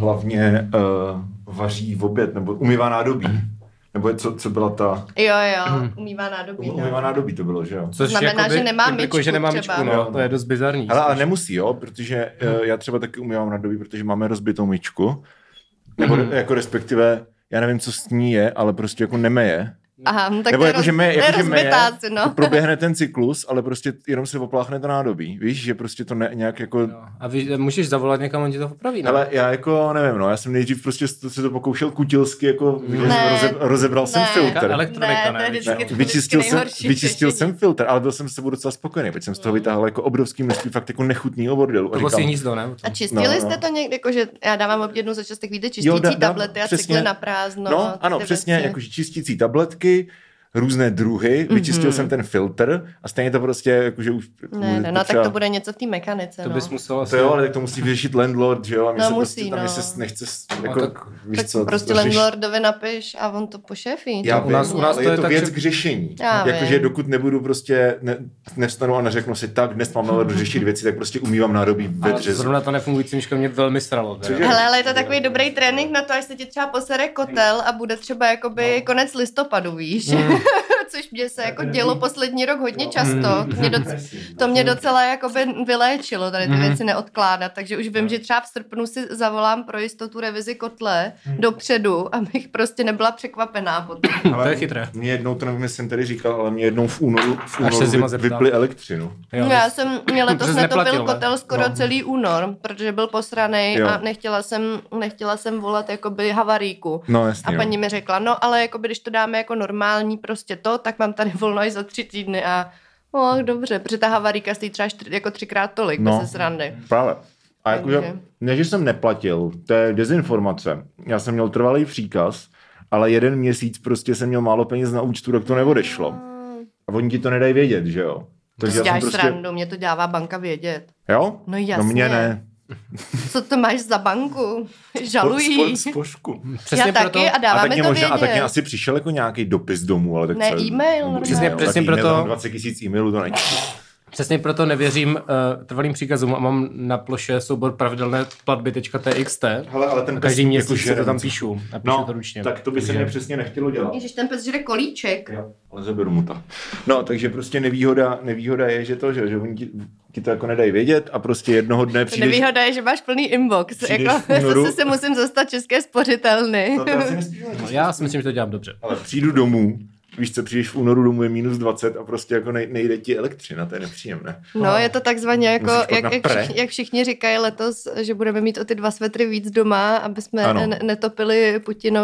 hlavně vaří v oběd, nebo umývá nádobí. Nebo co byla ta... Jo, umývá nádobí. Umývá nádobí to bylo, že jo? Což znamená, že nemá myčku že nemá myčku, no, to je dost bizarní. Ale nemusí, jo, protože já třeba taky umývám nádobí, protože máme rozbitou myčku. Nebo jako respektive, já nevím, co s ní je, ale prostě jako nemeje. Aha, tak nebo jako, že no. proběhne ten cyklus, ale prostě jenom se opláchne to nádobí. Víš, že prostě to nějak jako... No. A můžeš zavolat někam, on ti to popraví, ne? Ale já jako nevím, no, já jsem nejdřív prostě se to pokoušel kutilsky, jako rozebral jsem filtr. Elektronika, ne? Vyčistil jsem filtr, ale byl jsem s sebou docela spokojený, protože jsem z toho vytáhl jako obrovský množství fakt jako nechutného bordelu. To vlastně hnízdo, ne? A čistili jste to někde, jakože já dávám jednou za čas takový čistící tablety a cykly na prázdno. No, ano, přesně, jakože čistící tabletky, různé druhy, vyčistil jsem ten filtr a stejně to prostě jakože už... No tak to bude něco v té mechanice, to bys musel asi... To jo, ale tak to musí vyřešit landlord, že jo? A mě se musí, prostě, tam se nechce, jako, tak prostě landlordovi napiš a on to pošefí. Já vím, u nás je to věc k řešení. Jakože dokud nebudu prostě, nevstanu a neřeknu si tak, dnes mám ale dořešit věci, tak prostě umývám nádobí ve dřezu. Zrovna ta nefungující myška mě velmi sralo. Hele, ale je to takový dobrý trénink na to, až se ti třeba posere kotel a bude třeba jakoby konec listopadu, víš? Což mě se jako dělo poslední rok hodně často. To mě docela jakoby vyléčilo tady ty věci neodkládat, takže už vím, že třeba v srpnu si zavolám pro jistotu revizi kotle dopředu, abych prostě nebyla překvapená potom. To je chytré. Mě jednou, to nevím, jsem tady říkal, ale mě jednou v únoru vypli elektřinu. Jo, já jsem letos netopil kotel skoro celý únor, protože byl posranej a nechtěla jsem volat jakoby havaríku. No, jasně, a paní mi řekla, no ale jakoby, když to dáme jako normální prostě tak mám tady volno až za 3 týdny a dobře, protože ta havaríka stojí třeba 3x tolik, bez srandy. Právě. A jakože, ne, že jsem neplatil, to je dezinformace. Já jsem měl trvalý příkaz, ale 1 měsíc prostě jsem měl málo peněz na účtu, tak to neodešlo. A oni ti to nedají vědět, že jo? Takže já jsem srandu, mě to dává banka vědět. Jo? No jasně. No mě ne. Co to máš za banku? Žalují. Spožku. Já taky a dáváme to vědět. A taky asi přišel jako nějaký dopis domů, ale tak ne, e-mail. Přesně proto... 20 000 e-mailů to není. Přesně proto nevěřím trvalým příkazům a mám na ploše soubor pravidelné platby.txt. Ale ten každý měsíc se to tam píšu a píšu to ručně. Tak to by se mě přesně nechtělo dělat. Ježiš, ten pes žere kolíček. Jo, ale zaberu mu to. No, takže prostě nevýhoda je, že oni ti to jako nedají vědět a prostě jednoho dne přijdeš... Nevýhoda je, že máš plný inbox. Jako, zase se musím zastat České spořitelny. Já si myslím, že to dělám dobře. Ale přijdu domů, víš co, přijdeš v únoru domů, je -20 a prostě jako nejde ti elektřina, to je nepříjemné. No, je to takzvaně jako, jak všichni říkají letos, že budeme mít o ty 2 svetry víc doma, aby jsme netopili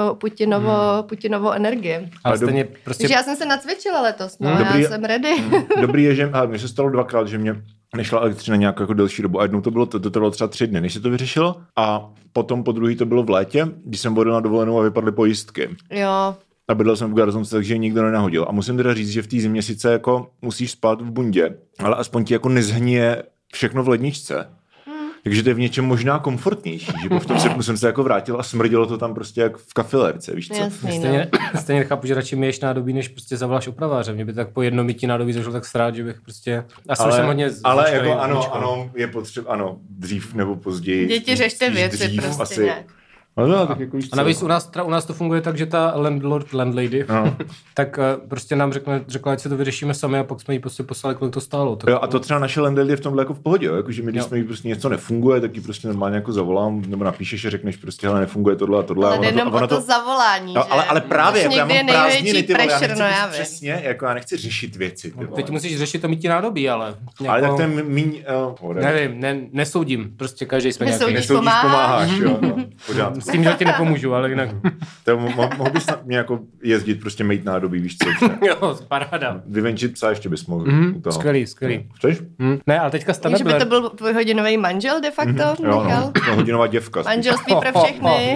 Putinovo energie. Ale stejně prostě... Takže já jsem se nacvičila letos, já jsem ready. Dobrý je, že mně se stalo 2krát, že mě nešla elektřina nějakou jako delší dobu a jednou to bylo třeba 3 dny, než se to vyřešilo a potom po druhý to bylo v létě, když jsem byl na dovolenou a vypadly pojistky. Jo. A bydlel jsem v garzonce, takže ji nikdo nenahodil. A musím teda říct, že v té zimě sice jako musíš spát v bundě, ale aspoň ti jako nezhnije všechno v ledničce. Takže to je v něčem možná komfortnější, že v tom srpnu jsem se jako vrátil a smrdilo to tam prostě jak v kafilerce, víš co? Jasný, stejně chápu, že radši myješ nádobí, než prostě zavoláš opraváře. Mě by tak po jednom mytí nádobí zašlo tak strát, že bych prostě... Ale jako ano, je potřeba, dřív nebo později. Děti řešte věci prostě asi, nějak. No, tak jako a navíc u nás to funguje tak, že ta landlady, tak prostě nám řekla, ať se to vyřešíme sami a pak jsme jí prostě poslali, kolik to stálo. Tak... Jo, a to třeba naše landlady je v tomhle jako v pohodě, jako, že my, když jsme jí prostě něco nefunguje, tak jí prostě normálně jako zavolám, nebo napíšeš a řekneš prostě, hele, nefunguje tohle a tohle. Ale jenom o to zavolání, no, ale právě, jako já mám prázdniny, ty vole, já nechci přesně, jako já nechci řešit věci. Teď musíš řešit to mítí nádobí, ale... Ale tak to je míň... Nevím, nesoudím, prostě každý jsme nějaký. Nesoudíš, pomáháš, jo, s tím, že ti nepomůžu, ale jinak. Mohl bys mě jako jezdit, prostě mít nádobí, víš co? Jo, paráda. Vyvenčit psa ještě bys mohl. Skvělý. Chceš? Ne, ale teďka Stana že by to byl tvůj hodinový manžel de facto, Michal? No, hodinová děvka. Manželství pro všechny.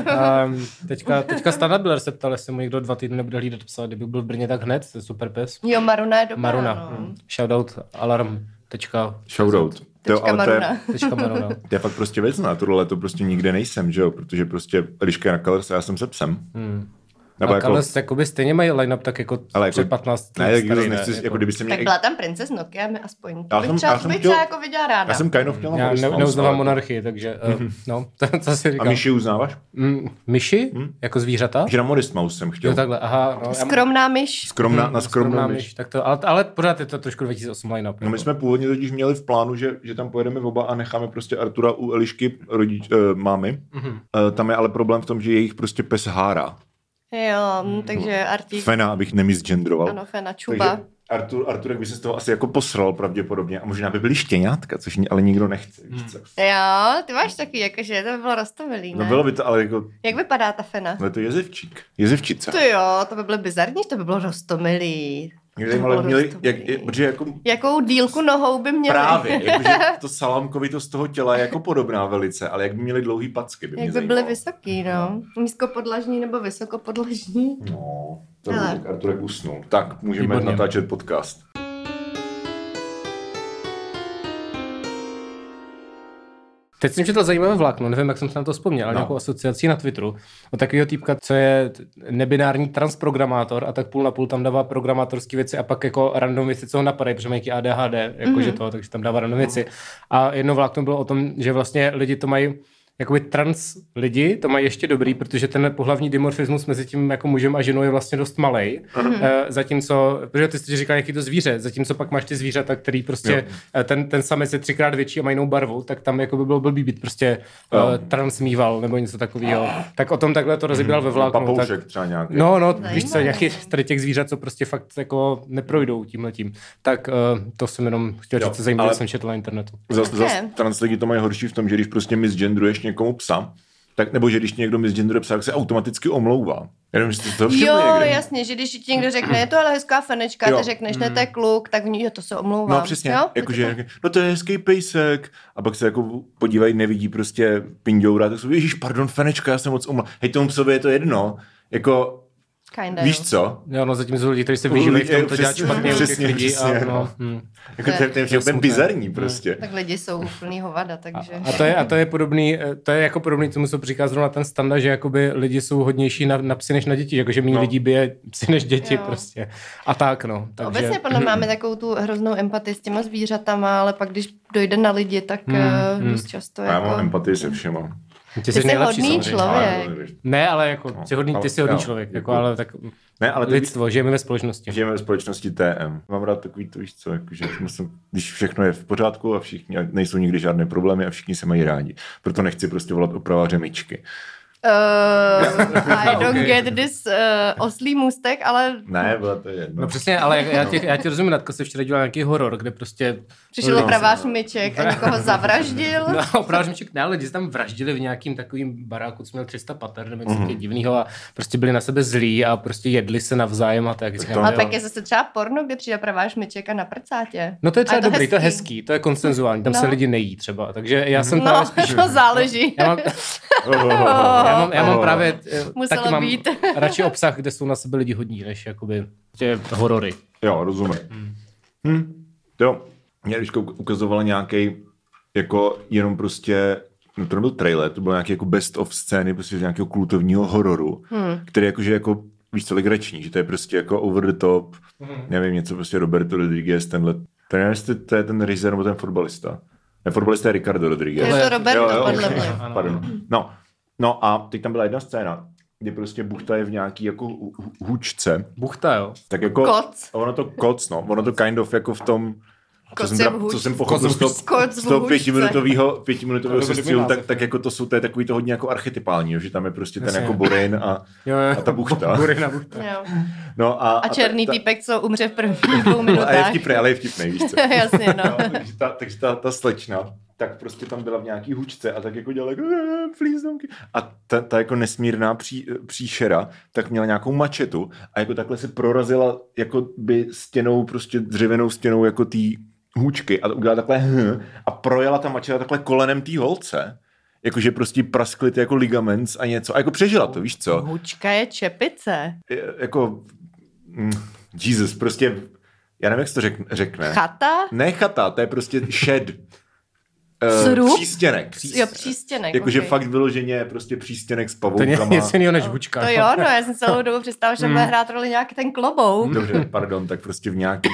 Teďka Stana Biller se ptal, jestli mu někdo 2 týdny nebude hlídat psa, kdyby byl v Brně tak hned, to je super pes. Jo, Maruna je dobrá. Maruna. Shoutout, alarm. Shoutout. Maruna. To je fakt prostě věc na tohle, to prostě nikde nejsem, že jo, protože prostě Eliška je na Colors a já jsem se psem. Nebo jako... Ale jakoby stejně mají line-up tak jako před 15 let. Ne, starý, nechci, jako kdyby se mě... Tak byla tam Princess Nokia, mi aspoň. Já bych třeba jako viděla ráda. Já jsem kind of chtěla Mouse. Já neuznávám monarchii, takže no, to si říkám. A myši uznáváš? Myši? Jako zvířata? Že na Modest Mouse jsem chtěl. Jo, takhle, aha. No, skromná myš. Skromná myš. Tak to, ale pořád je to trošku 2008 line-up. No my jsme původně totiž měli v plánu, že tam pojedeme oba a necháme prostě Artura u Elišky, mámy. Tam je ale problém v tom, že jejich prostě pes hárá. Jo, takže Artík... Fena, abych nemisgendroval. Ano, Fena, Čuba. Takže Arturek by se z toho asi jako posral pravděpodobně a možná by byli štěňátka, což ale nikdo nechce. Jo, ty máš taky, jakože to by bylo roztomilý, ne? No bylo by to, ale jako... Jak vypadá ta Fena? No je to jezevčík. Jezevčice. To jo, to by bylo bizarní, to by bylo roztomilý. Jakou dílku nohou by měli? Právě, jakože to salámkovitost toho těla je jako podobná velice, ale jak by měli dlouhý packy. Jak by byly vysoký, no. Nízkopodlažní nebo vysokopodlažní. No, to by tak Arturek usnul. Tak, můžeme natáčet podcast. Teď jsem četl zajímavé vlákno, nevím, jak jsem se na to vzpomněl, ale nějakou asociaci na Twitteru od takového týpka, co je nebinární transprogramátor a tak půl na půl tam dává programátorské věci a pak jako random věci, co ho napadají, protože mají ADHD, jakože to, takže tam dává random věci. A jedno vlákno bylo o tom, že vlastně lidi to mají jakoby trans lidi to mají ještě dobrý, protože ten pohlavní dimorfismus mezi tím jako mužem a ženou je vlastně dost malej. Zatímco, protože ty jsi říkal, jaký to zvíře, zatímco pak máš ty zvířata, který prostě ten samec je 3x větší a mají jinou barvu, tak tam jako by bylo blbý být prostě transmýval nebo něco takového. Tak o tom takhle to rozebíral ve vláknu. Papoušek tak, třeba nějaký. No, víš co, nějaký tady těch zvířat, co prostě fakt jako neprojdou tímhletím. Tak to jsem jenom chtěl říct, co zajímavé, jsem četl na internetu. Zas trans lidi to mají horší v tom, že když prostě misgendruješ někomu psa, tak, nebo že když někdo misgendruje psa, tak se automaticky omlouvá. Jenom, že to jo, jasně, že když ti někdo řekne, je to ale hezká Fenečka, ty řekneš, ne, to je kluk, tak to se omlouvá. No přesně, jakože, no to je hezký pejsek, a pak se jako podívají, nevidí prostě pindoura, tak jsou, ježíš, pardon, Fenečka, já jsem moc omlouvá. Hej, tomu psovi je to jedno, jako... Kinda, víš co? Jo, no zatím jsou lidi, kteří se vyžívají v tom, to dělat špatně u těch lidí. Jako to je úplně bizarní prostě. Tak lidi jsou úplný hovada, takže... A to je podobný, to je jako podobný, co musel říkat zrovna ten standa, že jakoby lidi jsou hodnější na psy než na děti, jakože méně lidí bije psy než děti prostě. A tak, no. Takže... Obecně podle máme takovou tu hroznou empatii s těma zvířatama, ale pak když dojde na lidi, tak dost často jako... Já mám empatii se všema. Ty jsi hodný člověk. Ne, ale jako ty jsi hodný člověk, jako, ale tak ne, ale lidstvo, žijeme ve společnosti. Žijeme ve společnosti TM. Mám rád takový to, víš co, jakože když všechno je v pořádku a všichni nejsou nikdy žádné problémy a všichni se mají rádi. Proto nechci prostě volat opraváře myčky. I don't get this oslý můstek, ale... Ne, bylo to jedno. No přesně, ale já ti rozumím, Natko se včera dělal nějaký horor, kde prostě... Přišel opravář myček a někoho zavraždil. No, opravář myček ne, ale lidi se tam vraždili v nějakým takovým baráku, co měl 300 pater nebo něco divného a prostě byli na sebe zlí a prostě jedli se navzájem a tak. Ale pak je zase třeba porno, kde přijde opravář myček a na prcátě. No to je třeba dobrý, to je hezký, to je konsenzuální, tam se lidi nejí třeba, takže já jsem právě spíš... No, záleží. Já mám právě taky mám radši obsah, kde jsou na sebe lidi hodní, než jakoby horory. Jo, rozumím. Jo, mě když ukazovala nějaký jako jenom prostě, no to nebyl trailer, to byl nějaký jako best of scény prostě z nějakého kultovního hororu, který jakože jako víš co, legrační, že to je prostě jako over the top, nevím, něco prostě Roberto Rodriguez, tenhle, to je ten režisér nebo ten fotbalista. Ne, fotbalista je Ricardo Rodriguez. Je to Roberto, podle mě. Pardon. No a teď tam byla jedna scéna, kdy prostě Buchta je v nějaký jako hůčce. Buchta, jo. Tak jako... Koc. Ono to koc, no. Ono to kind of jako v tom... Co jsem pochopil z toho pětiminutového sestřihu, tak jako to je takový to hodně jako archetypální, že tam je prostě ten jako Borin a ta Buchta. Borin a Buchta. No a černý týpek, co umře v prvních 2 minutách. Ale je vtipnej, víš co. Jasně, no. Takže ta slečna, tak prostě tam byla v nějaký hůčce a tak jako dělala jako flízdomky. A ta jako nesmírná příšera, tak měla nějakou mačetu a jako takhle se prorazila jako by stěnou, prostě dřevěnou stěnou jako tý hůčky a udělala takhle a projela ta mačeta takhle kolenem tý holce. Jakože prostě praskly ty jako ligaments a něco. A jako přežila to, víš co? Hůčka je čepice. Jako Jesus, prostě já nevím, jak se to řekne. Chata? Ne chata, to je prostě shed. Přístěnek. Jo, přístěnek. Jakože okay. fakt vyloženě prostě přístěnek s pavoukama. To je něco jiného než hučka. To jo, no já jsem celou dobu představila, že bude hrát roli nějaký ten klobouk. Dobře, pardon, tak prostě v nějaký...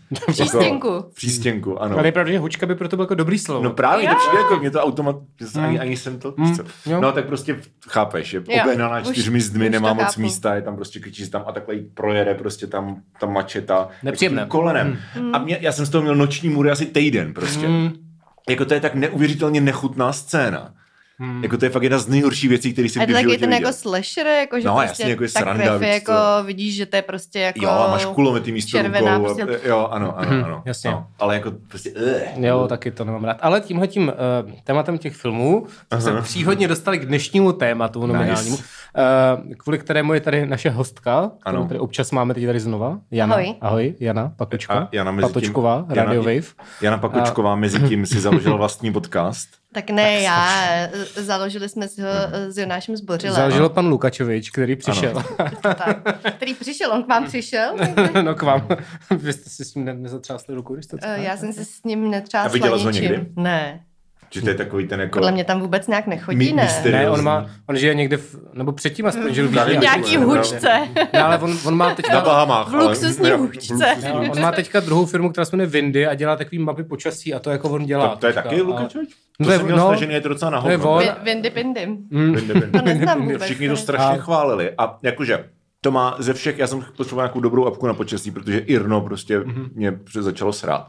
Přístěnku, ano. Ale je pravda, že hučka by proto bylo jako dobrý slovo. No právě, to přijde jako, mě to ani jsem to... No tak prostě chápeš, je objednaná 4 zdmi, nemá moc místa, je tam prostě kričí tam a takhle projede prostě tam ta mačeta. Nepříjemné. Kolenem. A já jsem z toho měl noční můry asi týden prostě. Jako to je tak neuvěřitelně nechutná scéna. Jako to je fakt jedna z nejhorších věcí, které jsem v životě viděl. A to je taky ten jako slasher, jako že no, prostě jasně, jako je ta sranda, krev je jako vidíš, že to je prostě jako jo, a máš kulometý místo rukou. Prostě... Jo, ano. Jasně. No, ale jako prostě... Jo, taky to nemám rád. Ale tímhletím tématem těch filmů jsme se příhodně dostali k dnešnímu tématu nominálnímu, kvůli kterému je tady naše hostka, kterou tady občas máme teď tady znova. Jana. Ahoj, Jana Pakočka. Patočková, Radio Wave. Jana Pakočková mezi tím si založila vlastní podcast. Tak ne, založili jsme si ho s Jonášem Zbořilem. Založil pan Lukačovič, který přišel. Který přišel, on k vám přišel? No k vám. Vy jste si s ním nezatřásli ruku, když jste já jsem se s ním netřásla ničím. A viděla jsi ho někdy? Ne. Že to je takový ten jako... Podle mě tam vůbec nějak nechodí, ne? Ne, on žije někde, nebo předtím aspoň žil v nějaký hučce. Ne, ale on má teďka... Na Bahamách. V luxusní hučce. On má teďka druhou firmu, která se jmenuje Windy a dělá takový mapy počasí a to jako on dělá. To je taky Lukačovič? To jsem měl snažený, je to docela nahovno. Windy Pindy. To neznám vůbec. Všichni to strašně chválili. A jakože to má ze všech, já jsem potřeboval nějakou dobrou apku na počasí, protože Irno prostě mě začalo srát.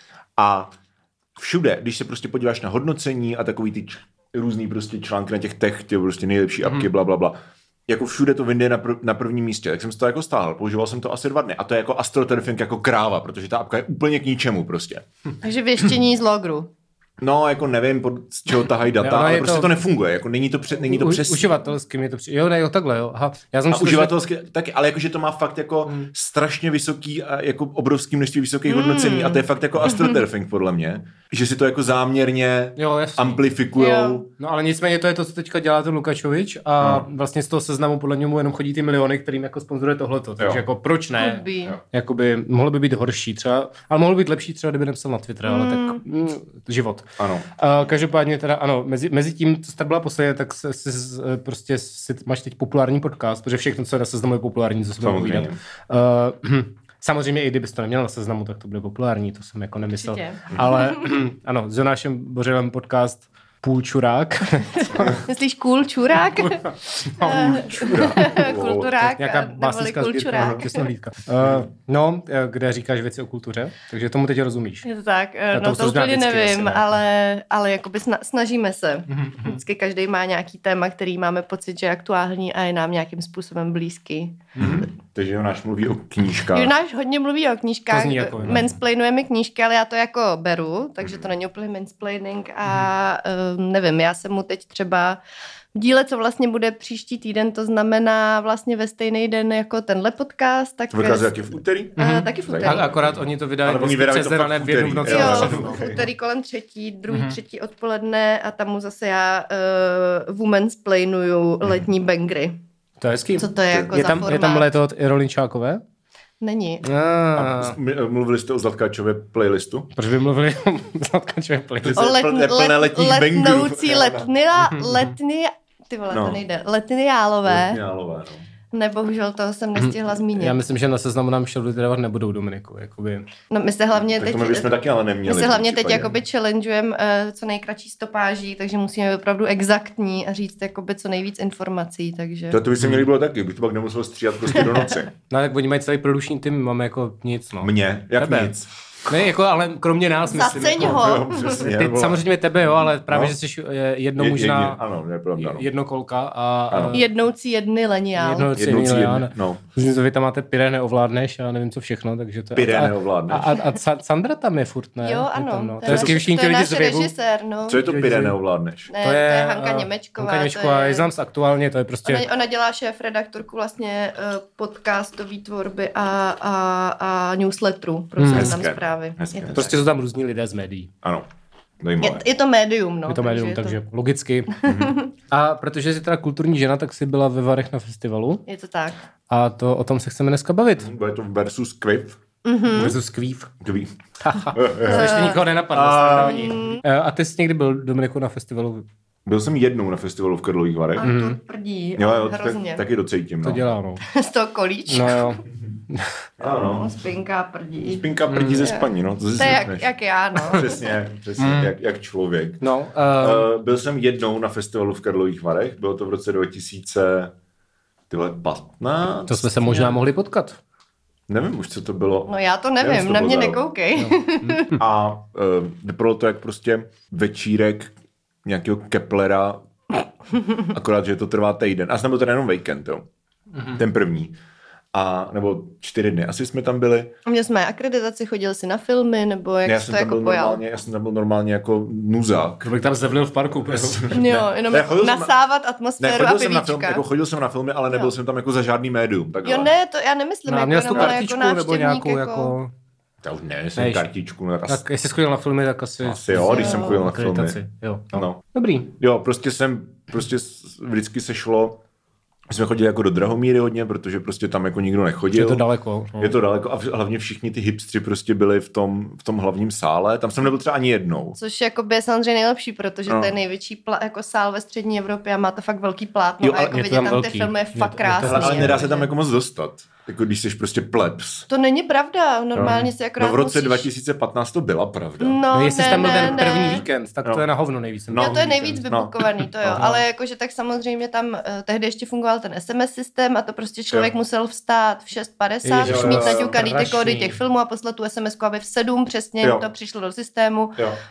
A všude, když se prostě podíváš na hodnocení a takový ty různý prostě články na těch tech, ty prostě nejlepší apky, blablabla, jako všude to Windy je na prvním místě, tak jsem si to jako stáhl, používal jsem to asi 2 dny a to je jako astroturfing jako kráva, protože ta apka je úplně k ničemu prostě. Takže věštění z logru. No, jako nevím, z čeho tahají data, ale prostě to nefunguje, jako není to přesně. Uživatelsky mi to přijde. Jo, ne, jo, takhle, jo. Aha. Já jsem uživatelsky taky, ale jakože to má fakt jako strašně vysoký a jako obrovský množství vysokých hodnocení a to je fakt jako astroturfing podle mě, že si to jako záměrně amplifikujou. No, ale nicméně to je to, co teďka dělá ten Lukačovič a vlastně z toho seznamu podle němu jenom chodí ty miliony, kterým jako sponzoruje tohleto. Takže jako proč ne? Jakoby mohlo by být horší třeba, ale mohlo by být lepší třeba, kdyby nepsal na Twitter, ale tak život. Ano. Každopádně teda ano, mezi tím, co jste byla posledně, tak prostě máš teď populární podcast, protože všechno, co je na seznamu, je populární, co se bude povídat. Samozřejmě i kdybys to neměl na seznamu, tak to bude populární, to jsem jako nemyslel. Určitě. Ale ano, s Jonášem Bořilem podcast Půl čurák. Myslíš cool čurák? Kulturák. Nějaká básnická sbírka, těsnohlídka. Kde říkáš věci o kultuře, takže tomu teď rozumíš. Je to tak, no to úplně nevím, ale jakoby snažíme se. Vždycky každý má nějaký téma, který máme pocit, že je aktuální a je nám nějakým způsobem blízký. Takže Jonáš mluví o knížkách. Jonáš hodně mluví o knížkách, mansplainuje mi knížky, ale já to jako beru, takže to není úplně mansplaining a nevím, já jsem mu teď třeba v díle, co vlastně bude příští týden, to znamená vlastně ve stejný den jako tenhle podcast. Tak to vychází taky v úterý? Taky v úterý. Akorát oni to vydají přes rané v jednu v noci. Jo, v úterý kolem 3, třetí odpoledne a tam mu zase já womansplainuju letní bangry. To je hezký. Co to je jako za formát? Je tam léto od Rolinčákové? Není. A mluvili jste o Zlatkáčově playlistu? Proč by mluvili o Zlatkáčově playlistu? O letnoucí ty vole, to nejde. Letniálové. No. Bohužel toho jsem nestihla zmínit. Já myslím, že na seznamu nám šel vydávat nebudou, Dominiku. Jakoby. No my se hlavně teď... To my bychom taky ale neměli. My se hlavně teď jakoby challengeujeme co nejkratší stopáží, takže musíme být opravdu exaktní a říct jakoby co nejvíc informací, takže... To by se měli bylo taky, bych to pak nemusel stříhat prostě do noci. No tak oni mají celý produkční tým, máme jako nic, no. Mě? Jak tebe. Nic? Ne, jako, ale kromě nás, myslím. Zaceň ho. Jo, přesně, samozřejmě tebe, jo, ale právě, že jsi jedno možná... Ano, je pravda. Jedno kolka a... Jednoucí jedny leniál. Jednoucí jedny, no. Vy tam máte Pyré neovládneš a nevím co všechno, takže to... Pyré neovládneš. A Sandra tam je furt, ne? Jo, ano. Tam, no. To je náš režisér, no. Co je to Pyré neovládneš? Ne, to je Hanka Němečková. Hanka Němečková, je znám aktuálně, to je prostě... Ona dělá šéfredaktorku vlastně podcastový tvorby a newsletterů pro Seznam Zprávy. Prostě jsou tam různí lidé z médií. Ano. Je to médium, no. Je to médium, takže logicky. A protože jsi teda kulturní žena, tak jsi byla ve Varech na festivalu. Je to tak. A o tom se chceme dneska bavit. Bude to versus Quiff. versus Kvív. Kvív. To ještě nikoho nenapadlo. A ty jsi někdy byl, Dominiku, na festivalu? Byl jsem jednou na festivalu v Karlových Varech. A to prdí, jo, hrozně. Taky docítím. To dělá, no. Z toho kolíčku. No jo. Ano. Spinka prdí. Spinka prdí ze spaní, no. To je jak já, no. Přesně, jak člověk. No, byl jsem jednou na festivalu v Karlových Varech, bylo to v roce 2015. To jsme se možná mohli potkat. Nevím už, co to bylo. No já to nevím, na mě nekoukej. No. A vypadalo to jak prostě večírek nějakého Keplera, akorát, že to trvá týden. A byl to jenom víkend, jo. Ten první. Nebo 4 dny. Asi jsme tam byli. Měli jsme akreditaci, chodili si na filmy, nebo jak jsi to jako pojal? Já jsem tam byl normálně jako nuzák. To bych tam zevnil v parku. Jo, jenom nasávat atmosféru a pivíčka. Chodil jsem na filmy, ale nebyl jsem tam jako za žádný médium. Takhle. Jo, ne, to já nemyslím. No, měl jsi tu kartičku jako nebo nějakou jako... Já už ne, jsem kartičku. Tak jestli jsi chodil na filmy, tak asi jo, když jsem chodil na filmy. Jo. No. Dobrý. Jo, prostě vždycky se šlo. My jsme chodili jako do Drahomíry hodně, protože prostě tam jako nikdo nechodil. Je to daleko. No. Je to daleko a hlavně všichni ty hipstři prostě byli v tom hlavním sále. Tam jsem nebyl třeba ani jednou. Což jakoby je samozřejmě nejlepší, protože to je největší jako sál ve střední Evropě a má to fakt velký plátno. A jako vidět tam ty filmy je fakt krásný. Ale nedá se tam jako moc dostat. Jako když jsi prostě plebs. To není pravda, normálně si akorát v roce 2015 to byla pravda. No jestli tam byl ten první víkend, tak to je na hovno nejvíc. No to je nejvíc vybukovaný, to jo. Ale jakože tak samozřejmě tam tehdy ještě fungoval ten SMS systém a to prostě člověk musel vstát v 6:50, už mít naťukaný ty kódy těch filmů a poslat tu SMS-ku, aby v 7 přesně to přišlo do systému.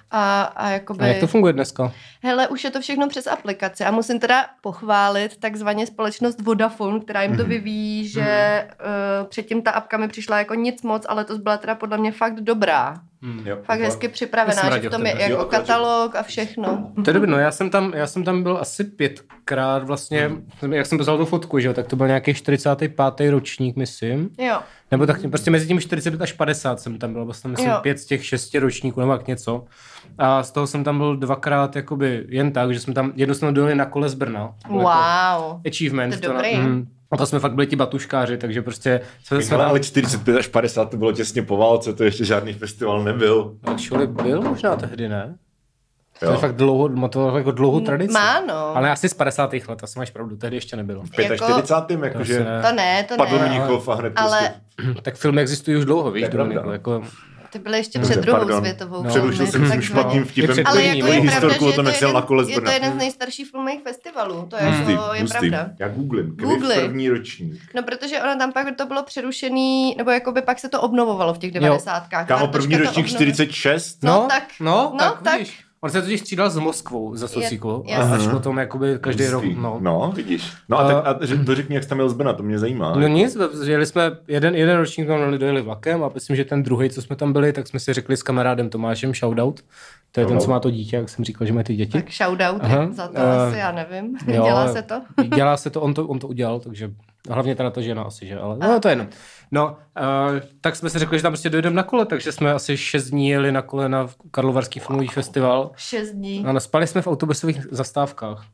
A jakoby... A jak to funguje dneska? Hele, už je to všechno přes aplikaci a musím teda pochválit takzvaně společnost Vodafone, která jim to vyvíjí, že předtím ta apka mi přišla jako nic moc, ale to byla teda podle mě fakt dobrá. Fakt hezky připravená, že v tom je jako katalog a všechno. To je dobrý, no já jsem tam byl asi 5krát vlastně, jak jsem poslal tu fotku, že jo, tak to byl nějaký 45. ročník, myslím. Jo. Nebo tak prostě mezi tím 45 až 50 jsem tam byl, vlastně myslím 5 z těch 6 ročníků nebo jak něco. A z toho jsem tam byl 2krát jakoby jen tak, že jsme tam, jednou jsme dojeli na kole z Brna. Wow. Jako achievement. To je dobrý. A to jsme fakt byli ti batuškáři, takže prostě... Ale 45 až 50 to bylo těsně po válce, to ještě žádný festival nebyl. Actually byl možná tehdy, ne? To je fakt dlouhou tradici. Má, no. Ale asi z 50. let, asi máš pravdu, tehdy ještě nebylo. V 45. jakože to ne. padl Mnichov a hned ale... prostě... Tak filmy existují už dlouho, víš, Dominiku, jako... Ty byly ještě před druhou světovou. Přerušil jsem s špatným vtipem. Ale jako je historku o tom, jak pravda, na kole z je to Brna. jeden z nejstarších filmových festivalů. To je pravda. Já googlím. První ročník. No, protože ono tam pak to bylo přerušený, nebo jakoby pak se to obnovovalo v těch 90kách. Kámo, první ročník 46? No, tak. On se totiž střídal s Moskvou za sociku. Až potom jakoby každý rok. No, vidíš. No a to řekni, jak jsi tam jel z Brna, to mě zajímá. No nic, jeli jsme, jeden ročník tam dojeli vlakem a myslím, že ten druhý, co jsme tam byli, tak jsme si řekli s kamarádem Tomášem, shoutout. To je ten, co má to dítě, jak jsem říkal, že má ty děti. Tak shoutout za to asi, já nevím. Dělá se to? Dělá se to, on to udělal, takže hlavně teda ta žena asi, že, ale no to je jenom. No, tak jsme si řekli, že tam prostě dojdeme na kole, takže jsme asi 6 dní jeli na kole na Karlovarský filmový festival. 6 dní. A spali jsme v autobusových zastávkách.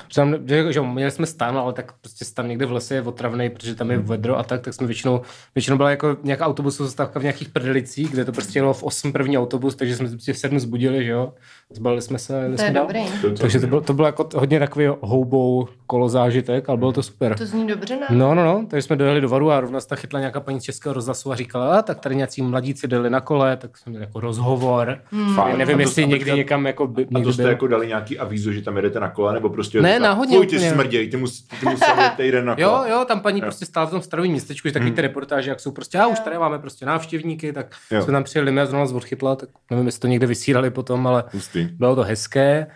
Že měli jsme stan, ale tak prostě stan někde v lese je otravnej, protože tam je vedro a tak jsme většinou byla jako nějaká autobusová zastávka v nějakých prdelicích, kde to prostě jelo v 8 první autobus, takže jsme prostě v 7 zbudili, že jo. Zbalili jsme se. To je dobrý. Takže to bylo jako hodně takový houbou kolozážitek, ale bylo to super. To zní dobře, ne? No, takže jsme dojeli do Varu a rovna se ta chytla nějaká paní z Českého rozhlasu a říkala, tak tady nějací mladíci dali na kole, tak jsme měli jako rozhovor. Nevím, jestli někdy někam jako a to jste jako dali nějaký avízo, že tam jedete na kole, nebo prostě ne, náhodně. Fuj, ty smrděj, ty musel jet týden na kole. Jo, tam paní prostě stála v tom starovém městečku, že takový ty reportáže, jak jsou prostě, už tady máme prostě návštěvníky, tak jsme tam přijeli, mě zrovna odchytla, tak nevím, jestli to někde vysílali potom, ale bylo to hezké.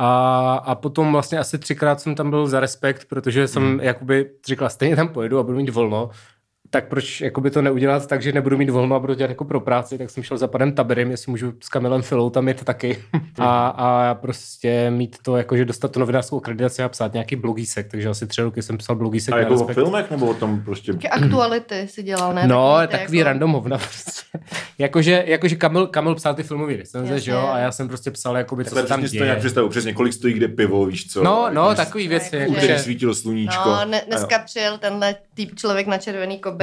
A potom vlastně asi 3krát jsem tam byl za respekt, protože jsem jakoby říkala, stejně tam pojedu a budu mít volno, tak proč jakoby to neudělat tak, že nebudu mít volno a budu dělat jako pro práci, tak jsem šel za panem Taberem, jestli můžu s Kamilem Filou tam jet taky a prostě mít to, jakože dostat tu novinářskou akreditaci a psát nějaký blogísek, takže asi 3 roky jsem psal blogísek. A jako o filmech nebo o tom prostě? Jaké aktuality si dělal, ne? No, takový jako... random hovna prostě. jakože Kamil psal ty filmový recenze, že jo, a já jsem prostě psal, jakoby, co se tam děje. Nějak představu, přesně kolik stojí kde pivo, víš co? No, takový věci. Úterý svítilo sluníčko. No, dneska přijel tenhle typ člověk na červený Kobě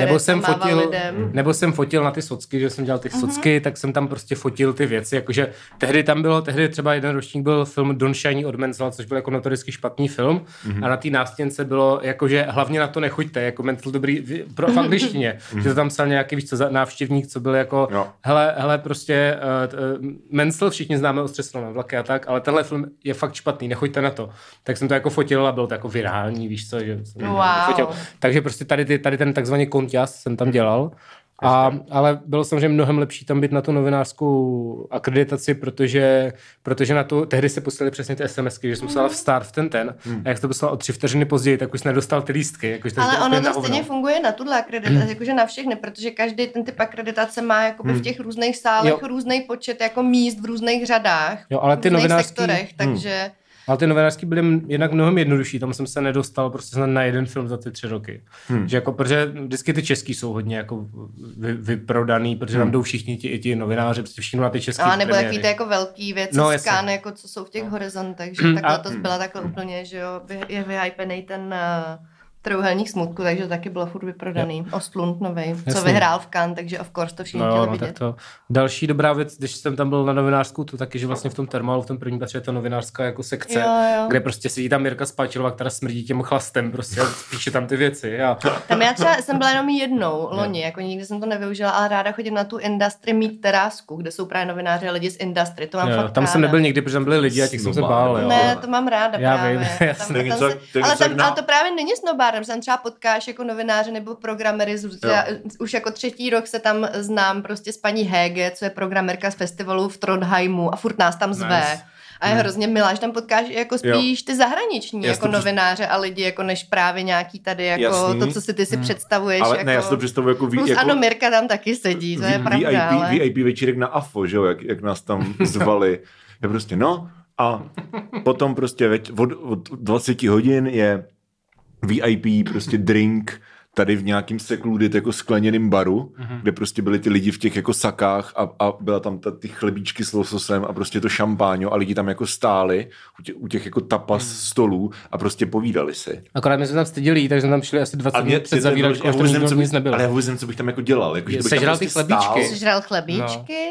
nebo jsem fotil na ty socky, že jsem dělal ty socky, tak jsem tam prostě fotil ty věci, jakože tehdy třeba jeden ročník byl film Don Shiny od Menzela, což byl jako notoricky špatný film a na té nástěnce bylo jakože hlavně na to nechoďte, jako Menzel dobrý v angličtině, že to tam psal nějaký, víš co, návštěvník, co byl jako hele prostě Menzel, všichni známe Ostře silné vlaky a tak, ale tenhle film je fakt špatný, nechoďte na to. Tak jsem to jako fotil a bylo to jako virální, víš co, že fotil. Takže prostě tady ten takzvaný konťas jsem tam dělal. Ale bylo samozřejmě mnohem lepší tam být na tu novinářskou akreditaci, protože na to tehdy se posílali přesně ty SMSky, že jsem musela vstát v ten a jak to poslal o 3 vteřiny později, tak už jsem nedostal ty lístky. Ale ono to stejně funguje na tuhle akreditaci, jakože na všechny, protože každý ten typ akreditace má jakoby v těch různých sálech různý počet jako míst v různých řadách, ale ty v různých sektorech, takže... Ale ty novinářský byly jednak mnohem jednodušší, tam jsem se nedostal prostě na jeden film za ty 3 roky. Že jako, protože vždycky ty český jsou hodně jako vyprodaný, protože tam jdou všichni ti novináři, prostě všichni na ty český premiéry. Nebo takový ty jako velký věci z Cannes, jako co jsou v těch horizontech, že takhle to byla takhle úplně, že jo, je vyhypený ten Trojúhelník smutku, takže to taky bylo furt vyprodaný. Ostlund novej, co vyhrál v Cannes, takže of course to všichni chtěli vidět. To. Další dobrá věc, když jsem tam byl na novinářskou, to taky, že vlastně v tom Thermalu, v tom prvním patře je ta novinářská jako sekce, kde prostě sedí tam Mirka Spáčilová, která smrdí těm chlastem, prostě píše tam ty věci. Tam já třeba jsem byla jenom jednou loni, jako nikdy jsem to nevyužila, ale ráda chodím na tu Industry Meet terásku, kde jsou právě novináři a lidi z Industry, to mám fakt tam ráda. jsem nebyl nikdy, protože tam byli lidi a těch jsem se bál. Ne, to mám ráda právě. Ale to právě není snobár, tam třeba potkáš jako novináře nebo programery, už jako 3. rok se tam znám prostě s paní Hege, co je programerka z festivalu v Trondheimu a furt nás tam zve. Nice. A je hrozně milá, že tam potkáš jako spíš ty zahraniční jako novináře a lidi, jako než právě nějaký tady jako to, co si ty si představuješ. Ale jako... ne, já si to představuji jako... Ano, Mirka tam taky sedí, to je pravda, ale... VIP večírek na AFO, že jo, jak nás tam zvali. Je prostě a potom prostě od 20 hodin je VIP prostě drink tady v nějakým secluded jako skleněným baru, kde prostě byli ty lidi v těch jako sakách a byla tam ty chlebíčky s lososem a prostě to šampáňo a lidi tam jako stáli u těch jako tapas stolů a prostě povídali si. Akorát my jsme tam styděli, takže jsme tam šli asi 20 minut před zavíračkou, až to nikdo nic nebylo. Ale já vůbec nevím, co bych tam jako dělal. Jako, sežral ty chlebíčky. Sežral chlebíčky?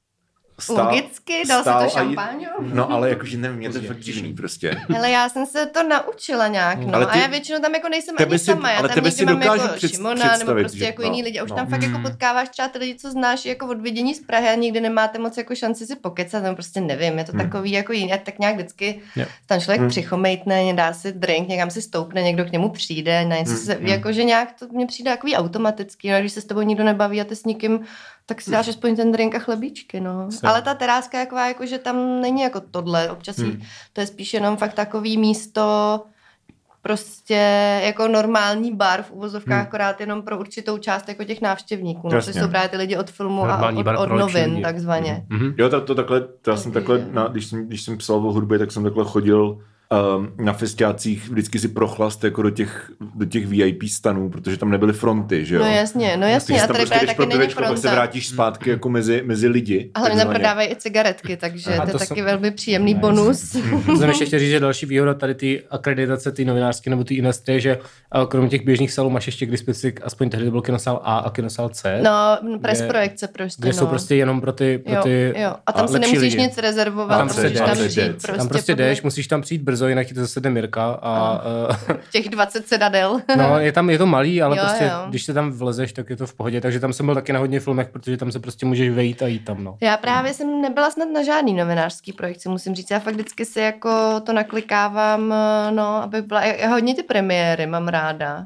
Logicky, dal si to šampáňo? No ale jakože nevím, mě to je fakt divný prostě. Hele, já jsem se to naučila nějak, a já většinou tam jako nejsem ani sama, já tam někdy mám jako Šimona, nebo prostě jako jiný lidi a už tam fakt jako potkáváš třeba ty lidi, co znáš jako od vidění z Prahy a nikdy nemáte moc jako šanci si pokecat, no prostě nevím, je to takový jako jiný, tak nějak vždycky tam člověk přichomejtne, dá si drink, někam si stoupne, někdo k němu přijde, na něco se, jakože nějak to mně přijde takový automatický, ale když se s tebou nikdo nebaví a ty s nikým, tak si dáš aspoň ten drink a chlebíčky, no. Ale ta teráska je taková, jako, že tam není jako tohle, občas to je spíš jenom fakt takový místo, prostě jako normální bar v uvozovkách, akorát jenom pro určitou část jako těch návštěvníků, no, což jsou právě ty lidi od filmu normální a od novin, takzvaně. Jo, já jsem takhle, když jsem psal o hudbě, tak jsem takhle chodil na festiácích vždycky si prochlast jako do těch VIP stanů, protože tam nebyly fronty, že jo? No jasně. A tady právě taky není fronta. Pak se vrátíš zpátky jako mezi lidi. Ale tam prodávají i cigaretky, takže to je taky velmi příjemný bonus. Jsem ještě chtěl říct, že další výhoda tady ty akreditace, ty novinářské nebo ty Industry, že kromě těch běžných salů máš ještě k dispozici, aspoň tehdy byl kinosál A a kinosál C. No, press projekce prostě. Kde jsou prostě jenom pro ty jo. A tam si nemusíš nic rezervovat, tam prostě jdeš, musíš tam přijít brzo, jinak ti to zase jde Mirka a těch 20 sedadel. No, je to malý, ale prostě když se tam vlezeš, tak je to v pohodě, takže tam jsem byl taky na hodně filmech, protože tam se prostě můžeš vejít a jít tam, no. Já právě jsem nebyla snad na žádný novinářský projekci, musím říct, já fakt vždycky si jako to naklikávám, aby byla, já hodně ty premiéry mám ráda.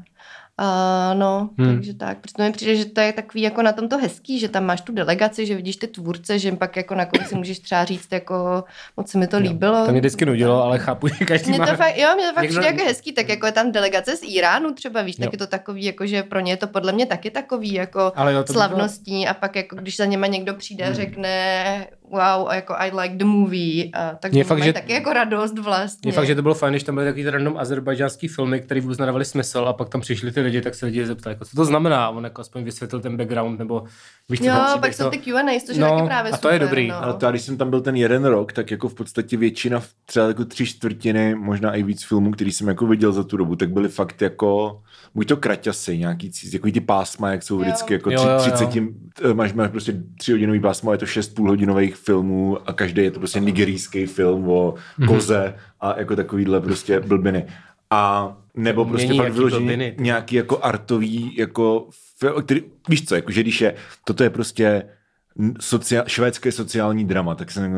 Takže tak, protože mi přijde, že to je takový jako na tom to hezký, že tam máš tu delegaci, že vidíš ty tvůrce, že pak jako na konci můžeš třeba říct jako moc se mi to líbilo. To mě vždycky nudilo, ale chápu, že každý mě to fakt přijde jako hezký, tak jako je tam delegace z Iránu třeba, víš, tak je to takový, jako že pro ně je to podle mě taky takový jako slavnostní a pak jako když za něma někdo přijde a řekne wow, jako I like the movie, tak mají taky jako radost vlastně. Je fakt, že to bylo fajn, když tam byly takový random azerbajdžánský filmy, které vůbec nedávaly smysl a pak tam přišli ty lidi, tak se lidi zeptali, jako, co to znamená, on jako aspoň vysvětlil ten background, nebo víš, co tam pak jsou ty Q&A, což je taky právě a super. to je dobrý. Ale to, když jsem tam byl ten jeden rok, tak jako v podstatě většina, třeba jako 3/4, možná i víc filmů, který jsem jako viděl za tu dobu, tak byly fakt jako, buď to kraťasy, nějaký jako ty pásma, jak jsou vždycky, jako 30, máš prostě 3hodinový pásmo, je to 6 půlhodinových filmů a každý je to prostě nigerijský film o koze a jako takovýhle prostě blbiny. A nebo prostě fakt vyloženě nějaký jako artový, jako který, víš co, jako, že když je, toto je prostě švédské sociální drama, tak jsem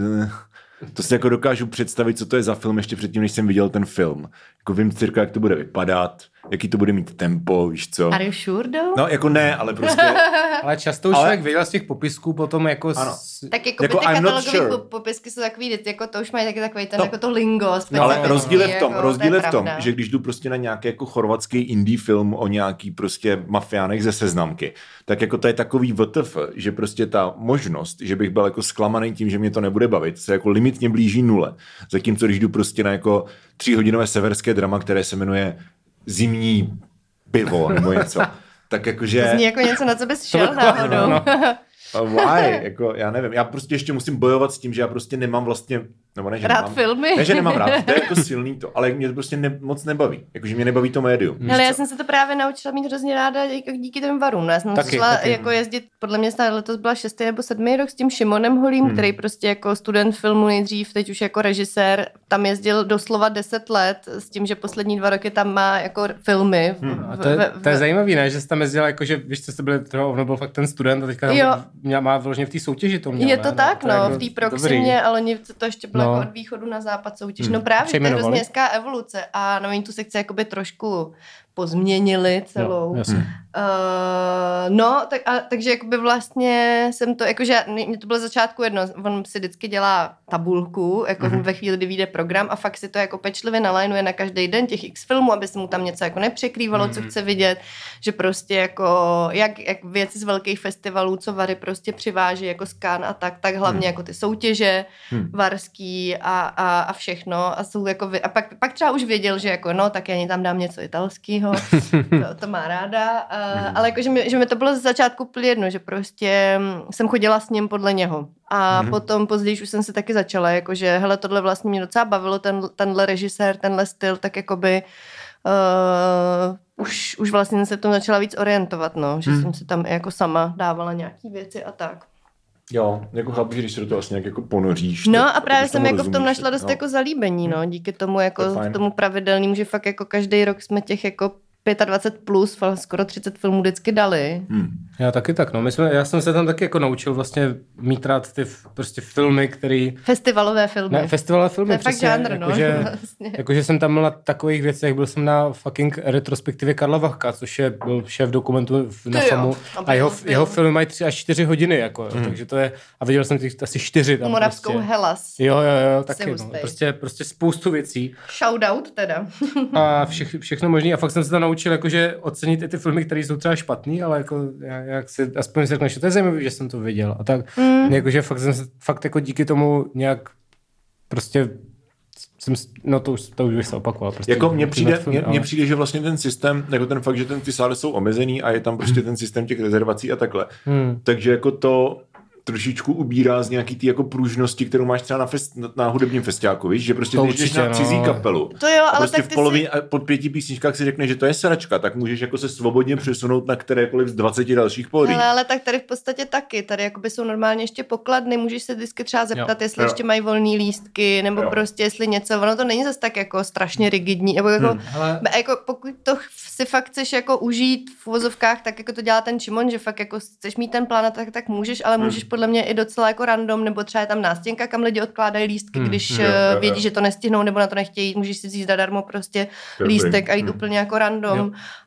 to si jako dokážu představit, co to je za film ještě předtím, než jsem viděl ten film. Jako vím cirka, jak to bude vypadat, jaký to bude mít tempo, víš co. Are you sure though? No jako ne, ale prostě... ale často už člověk viděl z těch popisků potom jako... Tak jako ty katalogové popisky jsou takový, jako to už mají taky takový ten, jako to lingo. Ale rozdíl je v tom, že když jdu prostě na nějaký jako chorvatský indie film o nějaký prostě mafiánech ze Seznamky, tak jako to je takový WTF, že prostě ta možnost, že bych byl jako zklamaný tím, že mě to nebude bavit, se jako limitně blíží nule. Zatímco když jdu prostě na jako 3hodinové severské drama, které se jmenuje Zimní pivo nebo něco. Tak jakože... To zní jako něco, na co bys šel náhodou. No. Why? Jako, já nevím. Já prostě ještě musím bojovat s tím, že já prostě nemám vlastně... Nebo ne, že rád nemám, filmy. Ne, že nemám rád. To je jako silný to. Ale mě to prostě moc nebaví. Jakože mě nebaví to médium. Ale já jsem se to právě naučila mít hrozně ráda díky těm varům. Já jsem začala jako jezdit, podle mě letos byla 6. nebo 7. rok s tím Šimonem Holím, který prostě jako student filmu nejdřív, teď už jako režisér, tam jezdil doslova 10 let s tím, že poslední 2 roky tam má jako filmy. To je zajímavý, ne? Že jsi tam jezdila jako, že víš, co jste byli, ono byl fakt ten student a teďka má vložně v té soutěži to měl. Je to tak, no, v té Proximě, ale to ještě bylo jako od východu na západ soutěž. No právě, to je hrozně hezká evoluce a no, oni tu sekci jakoby trošku pozměnili celou. Takže jakoby vlastně jsem to, jakože mě to bylo začátku jedno, on si vždycky dělá tabulku, jako ve chvíli, kdy vyjde program a fakt si to jako pečlivě nalajnuje na každý den těch x filmů, aby se mu tam něco jako nepřekrývalo, co chce vidět, že prostě jako, jak věci z velkých festivalů, co Vary prostě přiváží jako z Cannes a tak hlavně jako ty soutěže varský a všechno a jsou jako, a pak třeba už věděl, že jako no, tak já tam dám něco italského, to má ráda, ale jako, že mi to bylo z začátku úplně jedno, že prostě jsem chodila s ním podle něho. A potom později už jsem se taky začala, jakože hele, tohle vlastně mě docela bavilo, tenhle režisér, tenhle styl, tak jakoby už vlastně se v tom začala víc orientovat, no, že jsem se tam jako sama dávala nějaký věci a tak. Jo, jako chápu, že když se do toho vlastně jako ponoříš. No a právě jsem jako v tom našla dost jako zalíbení, no, díky tomu jako tomu pravidelnému, že fakt jako každý rok jsme těch jako 25 plus, skoro 30 filmů vždycky dali. Já taky tak, no. Já jsem se tam taky jako naučil vlastně mít rád ty prostě filmy, který... Festivalové filmy. Ne, festivalové filmy, to je fakt žánr, no. Vlastně. Jakože jsem tam byl na takových věcech, byl jsem na fucking retrospektivě Karla Vachka, což byl šéf dokumentu na FAMu. A jeho filmy mají 3 až 4 hodiny, jako, takže to je... A viděl jsem těch asi 4 tam. Moravskou prostě. Hellas. Jo, taky, no. Prostě spoustu věcí. Shoutout teda. A všechno možný. A fakt jsem se to naučil, jakože ocenit i ty filmy, které jsou třeba špatný, ale jako jak si aspoň řekneš, že to je zajímavé, že jsem to viděl. A tak, jakože fakt jako díky tomu nějak prostě no to už bych se opakoval. Prostě jako mně přijde, že vlastně ten systém, jako ten fakt, že ty sály jsou omezený a je tam prostě ten systém těch rezervací a takhle. Takže jako to trošičku ubírá z nějaký ty jako pružnosti, kterou máš třeba na hudebním festiáku, víš, že prostě když jdeš na cizí kapelu. To jo, ale prostě tak v polovině pod 5 písničkách si řekne, že to je sračka, tak můžeš jako se svobodně přesunout na kterékoliv z 20 dalších pódií. Ale tak tady v podstatě taky, tady jakoby jsou normálně ještě pokladny, můžeš se vždycky třeba zeptat, jestli ještě mají volný lístky, nebo prostě jestli něco, ono to není zase tak jako strašně rigidní, nebo jako pokud to si fakt chceš jako užít v uvozovkách, tak jako to dělá ten Šimon, že fakt jako chceš mít ten plán, tak můžeš, ale můžeš podle mě i docela jako random, nebo třeba je tam nástěnka, kam lidi odkládají lístky, když vědí, že to nestihnou nebo na to nechtějí, můžeš si vzít zadarmo prostě lístek a jít úplně jako random.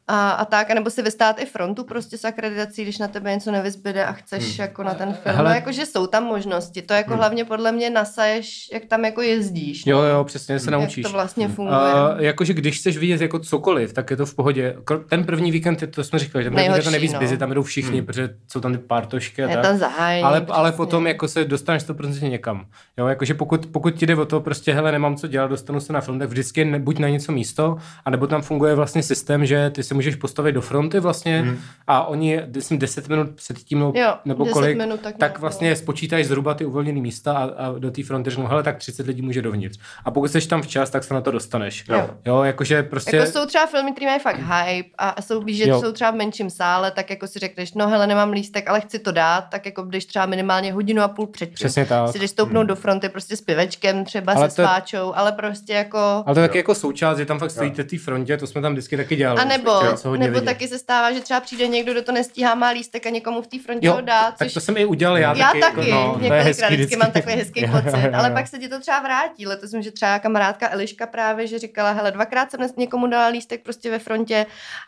a tak, anebo si vystát i frontu prostě s akreditací, když na tebe něco nevyzbyde a chceš jako na ten film. No jakože jsou tam možnosti, to jako hlavně podle mě nasaješ, jak tam jako jezdíš. Jo, přesně se naučíš. Jak to vlastně funguje. Jakože když chceš vidět jako cokoliv, tak je to v pohodě. Ten první víkend, to jsme říkali, ten první víkend to nejvíc busy, tam jdou všichni, protože jsou tam ty pártošky a tak. Tam zahájení, ale potom jako se dostaneš 100% někam. Jo, jakože pokud ti jde o to, prostě hele, nemám co dělat, dostanu se na film, tak vždycky buď na něco místo, anebo tam funguje vlastně systém, že ty se můžeš postavit do fronty vlastně a oni, myslím 10 minut před tím, nebo kolik, minut, tak vlastně spočítají zhruba ty uvolněné místa a do té fronty řeknou, hele, tak 30 lidí může dovnitř. A pokud jsi tam včas, tak se na to dostaneš. Jo, jakože prostě... Jako jsou třeba filmy, které mají fakt hype a jsou, víš, že jsou třeba v menším sále, tak jako si řekneš, no hele, nemám lístek, ale chci to dát, tak jako když třeba minimálně hodinu a půl předtím. Přesně tak. Si jdeš stoupnout do fronty prostě s pivečkem, třeba ale se sváčou, ale prostě jako... Ale to je taky jako součást, že tam fakt stojíte v té frontě, to jsme tam vždycky taky dělali. A nebo taky se stává, že třeba přijde někdo, kdo to nestíhá, má lístek a někomu v té frontě ho dá. Tak to jsem i udělal já taky. Několikrát vždycky mám takový hezký pocit, ale pak se ti to třeba vrátí. Letos jsem, že třeba kamarádka Eliška právě, že říkala, hele, 2krát jsem někomu dala lístek prostě ve frontě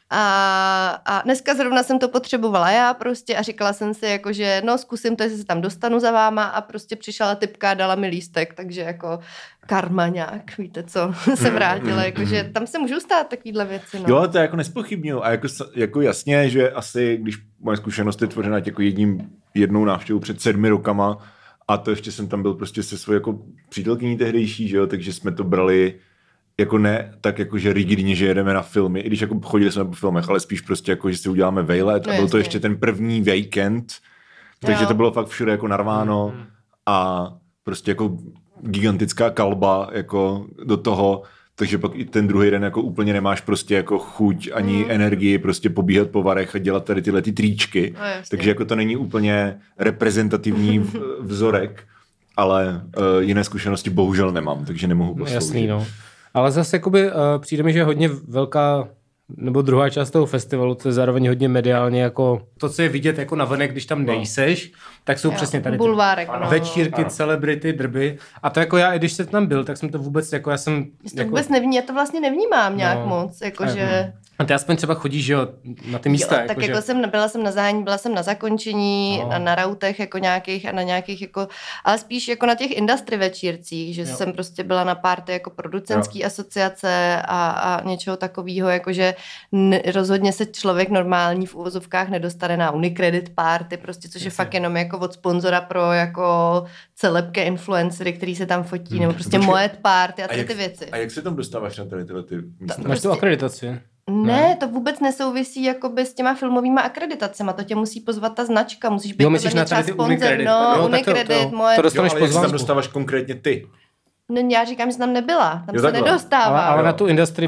a dneska zrovna jsem to potřebovala já prostě a říkala jsem si jako, že no zkusím to, jestli se tam dostanu za váma a prostě přišla typka a dala mi lístek, takže jako karma nějak, víte co, se vrátila, jakože tam se můžou stát takovýhle věci. No. Jo, to jako nespochybňuju a jako jasně, že asi, když moje zkušenost je tvořena jako jednou návštěvou před 7 rokama a to ještě jsem tam byl prostě se svou jako přítelkyní tehdejší, že jo, takže jsme to brali jako ne tak jakože rigidně, že jedeme na filmy, i když jako chodili jsme po filmech, ale spíš prostě jako, že si uděláme vejlet a byl to ještě ten první víkend, takže to bylo fakt všude jako narváno a prostě jako gigantická kalba jako do toho, takže pak i ten druhý den jako úplně nemáš prostě jako chuť ani energii prostě pobíhat po varech a dělat tady tyhle ty tričky, takže jako to není úplně reprezentativní vzorek, ale jiné zkušenosti bohužel nemám, takže nemohu posloužit. Jasný, no. Ale zase jakoby přijde mi, že hodně velká nebo druhá část toho festivalu, to je zároveň hodně mediálně jako to, co je vidět jako navenek, když tam nejseš, tak jsou přesně tady bulvárek, večírky, celebrity, drby. A to jako já, i když jsem tam byl, tak jsem to vůbec jako, já jsem... To vůbec já to vlastně nevnímám nějak moc, jakože... A ty aspoň třeba chodíš, jo, na ty místa. Jo, tak jako byla jsem na zahání, byla jsem na zakončení, na rautech jako nějakých a na nějakých jako, ale spíš jako na těch industry večírcích, že jsem prostě byla na party jako producentský asociace a něčeho takového, jakože rozhodně se člověk normální v uvozovkách nedostane na Unicredit party, prostě, což je fakt jenom jako od sponzora pro jako celebké influencery, který se tam fotí, nebo prostě Moet party a ty věci. A jak se tam dostáváš na tyhle ty místa? Máš tu akreditaci? Ne, to vůbec nesouvisí jakoby s těma filmovýma akreditacema, to tě musí pozvat ta značka, musíš být třeba sponzor, Unicredit, Moje. To dostaneš pozvánku. Jak se tam dostáváš konkrétně ty? No, já říkám, že tam nebyla, tam se nedostává. Ale na tu industry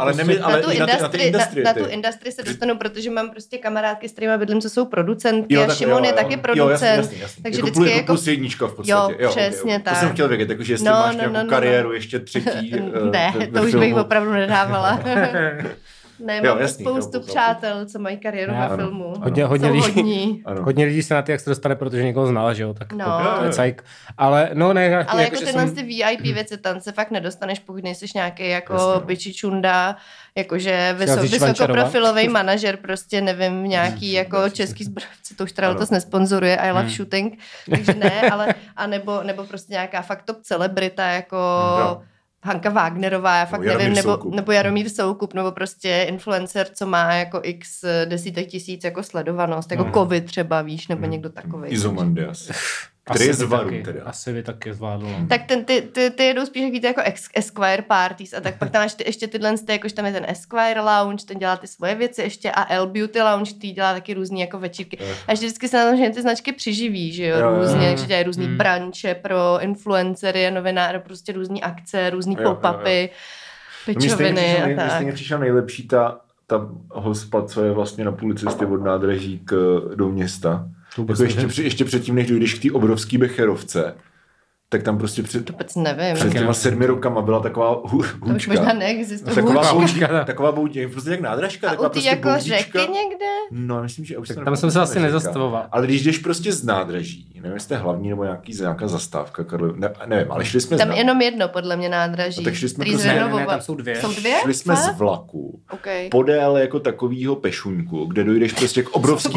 na tu industry se dostanu, protože mám prostě kamarádky, s kterými bydlím, co jsou producentky a Šimon je taky producent. Takže jako vždycky jako plus jednička v podstatě. Jo, přesně tak. To jsem chtěl vědět, takže jestli máš nějakou kariéru ještě třetí. Ne, to už bych opravdu nedávala. Ne, mám spoustu přátel, co mají kariéru ve filmu. Hodně lidí se na ty jak se dostane, protože někoho zná, že jo, tak to je cajk. Ale jako tyhle ty VIP věci, tam se fakt nedostaneš, pokud nejsi nějaký jako bičičunda, jakože vysokoprofilový manažer, prostě nevím, nějaký jako český zbrojovci, to už teda letos nesponzoruje, I love shooting, takže ne, ale nebo prostě nějaká fakt top celebrita, jako Hanka Wagnerová, já fakt nevím, nebo Jaromír Soukup, nebo prostě influencer, co má jako x desítek tisíc jako sledovanost, jako Covid třeba, víš, nebo někdo takovej. Izomandias. Který je zvaru teda. Asi by taky zvládl. Tak ty jedou spíš, jak víte, jako Esquire parties a tak pak tam máš ještě tyhle, jakož tam je ten Esquire Lounge, ten dělá ty svoje věci ještě a L Beauty Lounge, který dělá taky různý jako večírky. A vždycky se na tom, že ty značky přiživí, že jo, různě, takže dělají různý branče pro influencery, novináře, prostě různý akce, různý pop-upy, pečoviny a tak. Mně přišla nejlepší ta hospa, co je vlastně na půli cesty od nádraží do města. Jako ještě předtím, než dojdeš k té obrovský Becherovce, tak tam prostě před těma 7 rokama byla taková hůčka. To už možná neexistuje. Taková boudíčka, prostě jak nádražka. A u ty jako řeky někde? No, myslím, že už tam jsem se asi nezastavoval. Ale když jdeš prostě z nádraží Nevím, jestli to je hlavní nebo nějaká zastávka. Nevím, ale šli jsme tam jenom jedno, podle mě nádraží. No, tak šli jsme ne, tam jsou dvě. Jsou dvě? Šli jsme z vlaku. Podél jako takovýho pešuňku, kde dojdeš prostě k obrovský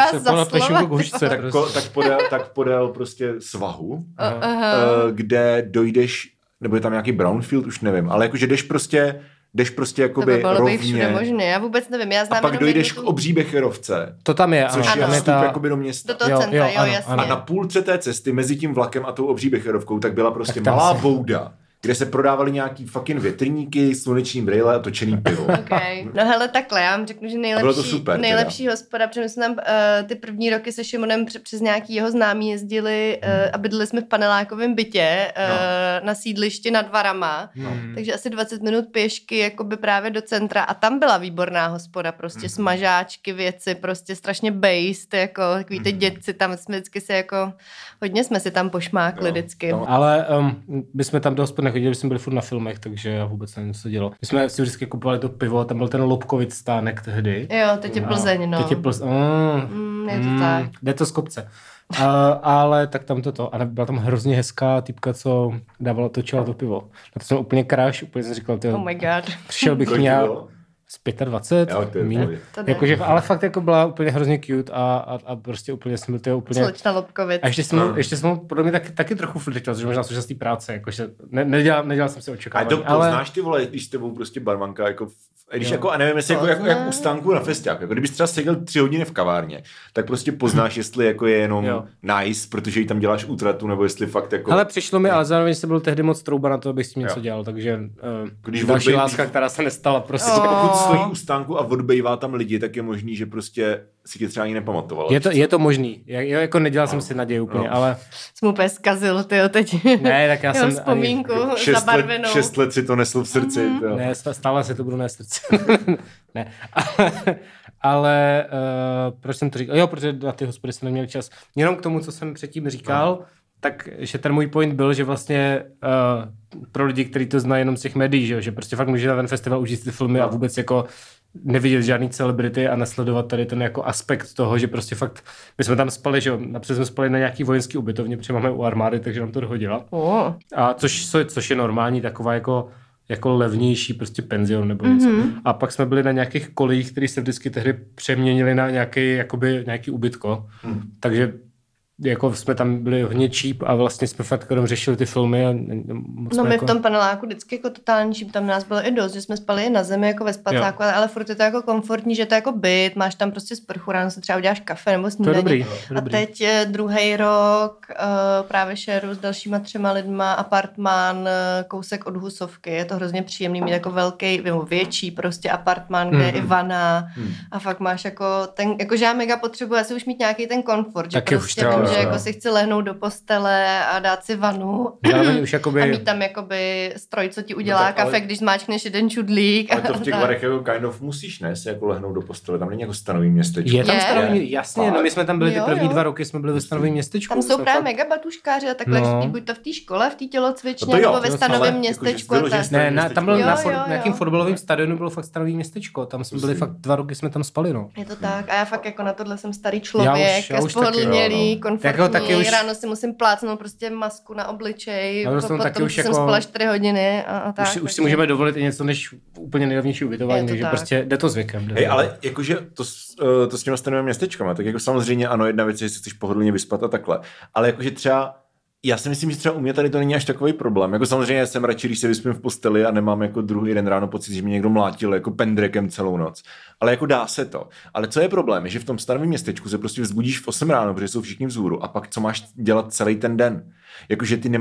tak podél prostě svahu, kde dojdeš, nebo je tam nějaký brownfield, už nevím, ale jakože jdeš prostě jakoby rovně. To by bylo všude možné, já vůbec nevím. Já znám a pak dojdeš k obří Becherovce. To tam je, což je vstup jakoby do města. Do toho centra, jasně. A na půlce té cesty mezi tím vlakem a tou obří Becherovkou tak byla prostě malá bouda, kde se prodávaly nějaký fucking větrníky, sluneční brýle a točený pivo. Okay. No hele, takhle, já vám řeknu, že nejlepší hospoda, protože jsme tam ty první roky se Šimonem přes nějaký jeho známý jezdili a bydleli jsme v panelákovém bytě na sídlišti nad Varama, takže asi 20 minut pěšky jakoby právě do centra a tam byla výborná hospoda, prostě smažáčky, věci, prostě strašně based, jako takový ty dětci, tam jsme vždycky se jako, hodně jsme si tam pošmákli vždycky. Ale my jsme tam do hospody nechodili, jsme byli furt na filmech, takže já vůbec nevím, co se dělo. My jsme si vždycky kupovali to pivo, tam byl ten Lobkovic stánek tehdy. Jo, teď je Plzeň, no. Teď je Plzeň. Je to tak. Jde to z kopce. Ale tak tam toto. A byla tam hrozně hezká týpka, co točila to pivo. Na to jsem úplně crash, úplně jsem říkal, oh my god. Přišel bych měl z 25, jakože, ale fakt jako byla úplně hrozně cute a prostě úplně jsem byl úplně... Slečna Lobkovic. A ještě jsem podle mě taky trochu flirtoval, že možná součástí práce, jakože nedělal jsem si očekávání. A to znáš ty vole, když s tebou prostě barmanka jako když jako, a nevím, jestli jako u stánku na festiáku, jako kdybys třeba seděl 3 hodiny v kavárně, tak prostě poznáš, jestli jako je jenom nice, protože jí tam děláš útratu, nebo jestli fakt jako... Ale přišlo mi, ale zároveň jsem byl tehdy moc trouba na to, abych s tím něco dělal, takže další láska, která se nestala prostě. Pokud stojí u stánku a odbejvá tam lidi, tak je možný, že prostě si tě třeba ani nepamatoval. Je to možný, jako nedělal jsem si naději úplně, ale... Jsem úplně zkazil, tyjo, teď. Ne, tak já jsem... vzpomínku zabarvenou. 6 let si to nesl v srdci. Ne, stále si to budu nést v srdci. Ne, ale proč jsem to říkal? Jo, protože na ty hospody jsem neměl čas. Jenom k tomu, co jsem předtím říkal, tak, že ten můj point byl, že vlastně pro lidi, kteří to znají jenom z těch médií, že prostě fakt může na ten festival užít ty filmy a vůbec jako nevidět žádný celebrity a nesledovat tady ten jako aspekt toho, že prostě fakt, my jsme tam spali, že napřed jsme spali na nějaký vojenský ubytovně, protože máme u armády, takže nám to dohodila. A což je normální, taková jako levnější prostě penzion nebo něco. A pak jsme byli na nějakých kolejích, které se vždycky tehdy přeměnili na nějaký ubytko. Takže jako jsme tam byli hodně cheap a vlastně jsme fakt jenom řešili ty filmy. A my v tom paneláku vždycky jako totální cheap, tam nás bylo i dost, že jsme spali na zemi jako ve spacáku, ale furt je to jako komfortní, že to je jako byt, máš tam prostě sprchu, ráno si třeba uděláš kafe nebo snídaní. To je dobrý. A teď druhý rok právě šeru s dalšíma 3 lidma, apartmán, kousek od Husovky, je to hrozně příjemný mít jako velký, větší prostě apartmán, kde je i vana a fakt máš jako ten, jakože já mega potřebuji asi už mít nějaký ten komfort, že prostě že jako si chci lehnout do postele a dát si vanu a mít tam jakoby stroj, co ti udělá kafe, když zmáčkneš jeden čudlík. Ale to v těch varech jako kind of musíš, ne? Si jako lehnout do postele, tam není jako stanový městečko. Je tam stanový, jasně, no my jsme tam byli ty první 2 roky, jsme byli ve stanovém městečku. Tam jsou právě mega batuškáři a takhle spí, buď to v té škole, v té tělocvičně, nebo ve stanovém městečku. Ne, tam byl na nějakým fotbalovém stadionu bylo fakt stanový městečko, tam jsme byli fakt 2 roky jsme tam spali, no. Je to tak a já fakt jako na tohle jsem starý člověk, spohodlnělý, komfortní, ráno si musím plácnout prostě masku na obličej, potom jsem spala 4 hodiny a tak. Už si můžeme dovolit i něco než úplně nejlevnější ubytování, takže prostě jde to zvykem. Hej, ale jakože to s těma stanovými městečkama, tak jako samozřejmě ano, jedna věc je, že si chceš pohodlně vyspat a takhle, ale jakože třeba já si myslím, že třeba u mě tady to není až takový problém. Jako samozřejmě jsem radši, když se vyspím v posteli a nemám jako druhý den ráno pocit, že mě někdo mlátil jako pendrekem celou noc. Ale jako dá se to. Ale co je problém, je, že v tom stanovém městečku se prostě vzbudíš v 8 ráno, protože jsou všichni vzhůru a pak co máš dělat celý ten den? Jakože ty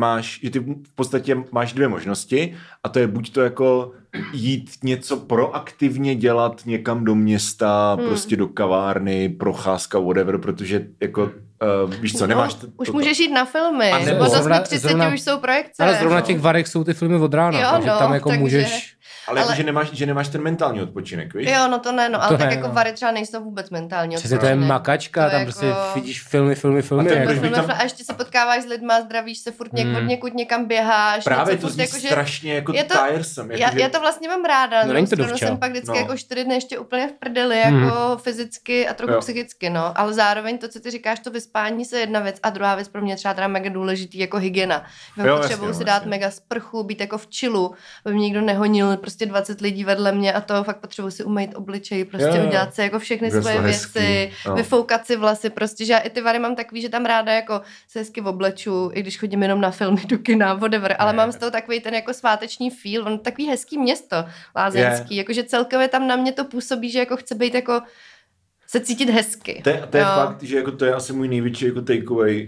v podstatě máš 2 možnosti a to je buď to jako jít něco proaktivně dělat někam do města, prostě do kavárny, procházka, whatever, protože jako víš co, nemáš už můžeš jít na filmy, nebo zase 30 už jsou projekce. Ale zrovna těch Varech jsou ty filmy od rána, takže tam jako můžeš... Ale jako, že nemáš ten mentální odpočinek, víš? Jo, no to ne, no, ale To tak ne, jako no. Vary třeba nejsou vůbec mentální odpočinek. Přesně to je makačka, To tam jako... prostě vidíš filmy. A ještě se potkáváš s lidma, zdravíš se furt někud někam běháš. Právě něco, to zní jako, strašně jako tiresome. Já to vlastně mám ráda, no, není to jsem pak vždycky jako 4 dny ještě úplně v prdeli, jako fyzicky a trochu psychicky, no. Ale zároveň to, co ty říkáš, to vyspání se jedna věc a druhá věc pro mě třeba teda mega důležitý jako hygiena. Potřebuju si dát mega sprchu, být jako v chillu, aby mě nikdo nehonil, prostě 20 lidí vedle mě a to fakt potřebuji si umýt obličej, prostě udělat si jako všechny svoje věci, vyfoukat si vlasy, prostě, že já i ty Vary mám takový, že tam ráda jako se hezky obleču, i když chodím jenom na filmy, do kina, whatever, ale mám z toho takový ten jako sváteční feel, on takový hezký město lázeňský, jakože celkově tam na mě to působí, že jako chce být jako se cítit hezky. To je fakt, že jako to je asi můj největší jako takeaway.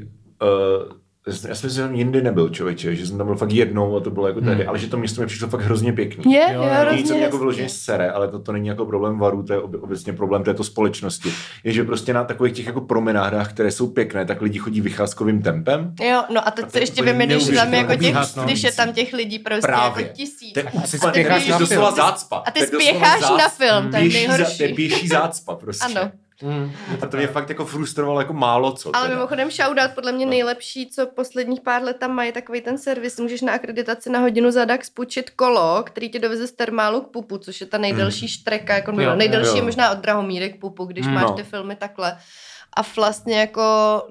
Já jsem si tam jindy nebyl, člověče, že jsem tam byl fakt jednou a to bylo jako tady, ale že to město mi přišlo fakt hrozně pěkný. Je hrozně Nic jako vyloženě sere, ale to není jako problém Varů, to je obecně problém této společnosti. Je, že prostě na takových těch jako promenádách, které jsou pěkné, tak lidi chodí vycházkovým tempem. Jo, no a teď se ještě vymydíš tam jako těch, když je tam těch lidí prostě právě. jako 1000. To je doslova zácpa. A ty spěcháš na film, to je nejhorší. To je pěší zácpa prostě. Ano. A to mě fakt jako frustrovalo jako málo co. Ale mimochodem shoutout, podle mě nejlepší, co posledních pár let tam mají, takový ten servis, můžeš na akreditaci na hodinu za DAX půjčit kolo, který tě doveze z termálu k Pupu, což je ta nejdelší štreka, jako nejdelší je možná od Drahomíry k Pupu, když máš ty filmy takhle. A vlastně jako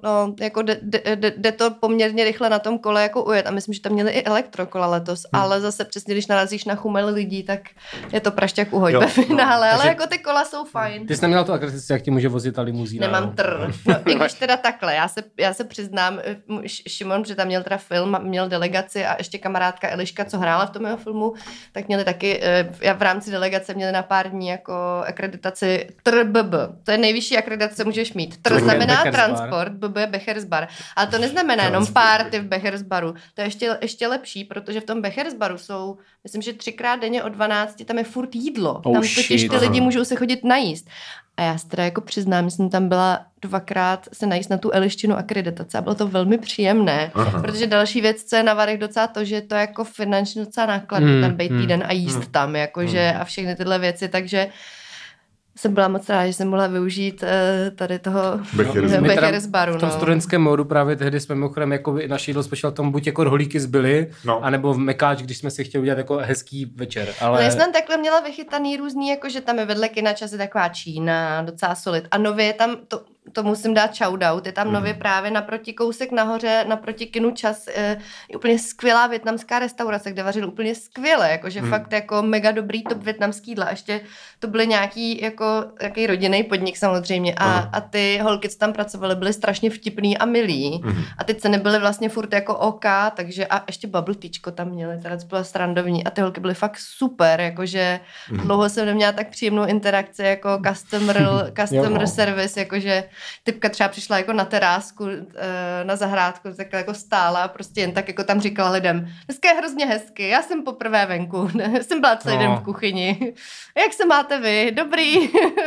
jde to poměrně rychle na tom kole jako ujet. A myslím, že tam měli i elektrokola letos, ale zase přesně, když narazíš na chumel lidí, tak je to prašťák uhoď ve finále, ale jako ty kola jsou fajn. Ty jsi neměla tu akreditaci, jak ti může vozit ta limuzína? Nemám i když teda takhle, já se přiznám, Šimon, že tam měl teda film, měl delegaci a ještě kamarádka Eliška, co hrála v tom jeho filmu, tak měli taky, v rámci delegace měli na pár dní jako akreditaci TRBB. To je nejvyšší akreditace, můžeš mít. To znamená transport, BB je Bechersbar. Ale to neznamená jenom party v Bechersbaru. To je ještě lepší, protože v tom Bechersbaru jsou, myslím, že 3krát denně od 12, tam je furt jídlo. Tam totiž ty lidi můžou se chodit najíst. A já se teda jako přiznám, jsem tam byla 2krát se najíst na tu Eliščinu akreditace a bylo to velmi příjemné, protože další věc, co je na Varech docela to, že to je jako finančně docela nákladné tam být týden a jíst tam, jakože a všechny tyhle věci, takže jsem byla moc ráda, že jsem mohla využít tady toho Bechersbaru. V tom studentském módu právě tehdy jsme mimochodem jako naše jídlo spočívalo tom buď jako rohlíky zbyly, anebo v Mekáč, když jsme si chtěli udělat jako hezký večer. Ale... No, já jsem takhle měla vychytaný různý, jako že tam je vedle kina čas je taková Čína, docela solid. A nově je tam, to musím dát shoutout, je tam nově právě naproti kousek nahoře, naproti kinu čas, je úplně skvělá vietnamská restaurace, kde vařili úplně skvěle, jakože fakt jako mega dobrý top vietnamský jídla. Ještě to byly nějaký rodinný podnik samozřejmě a ty holky, co tam pracovaly, byly strašně vtipný a milý. A ty ceny byly vlastně furt jako OK, takže a ještě bubble teachko tam měli, teda to bylo srandovní a ty holky byly fakt super, jakože dlouho jsem neměla tak příjemnou interakci jako customer service, jakože typka třeba přišla jako na terásku, na zahrádku, takhle jako stála a prostě jen tak jako tam říkala lidem, dneska je hrozně hezky, já jsem poprvé venku, jsem byla celý den v kuchyni, jak se máte vy? Dobrý.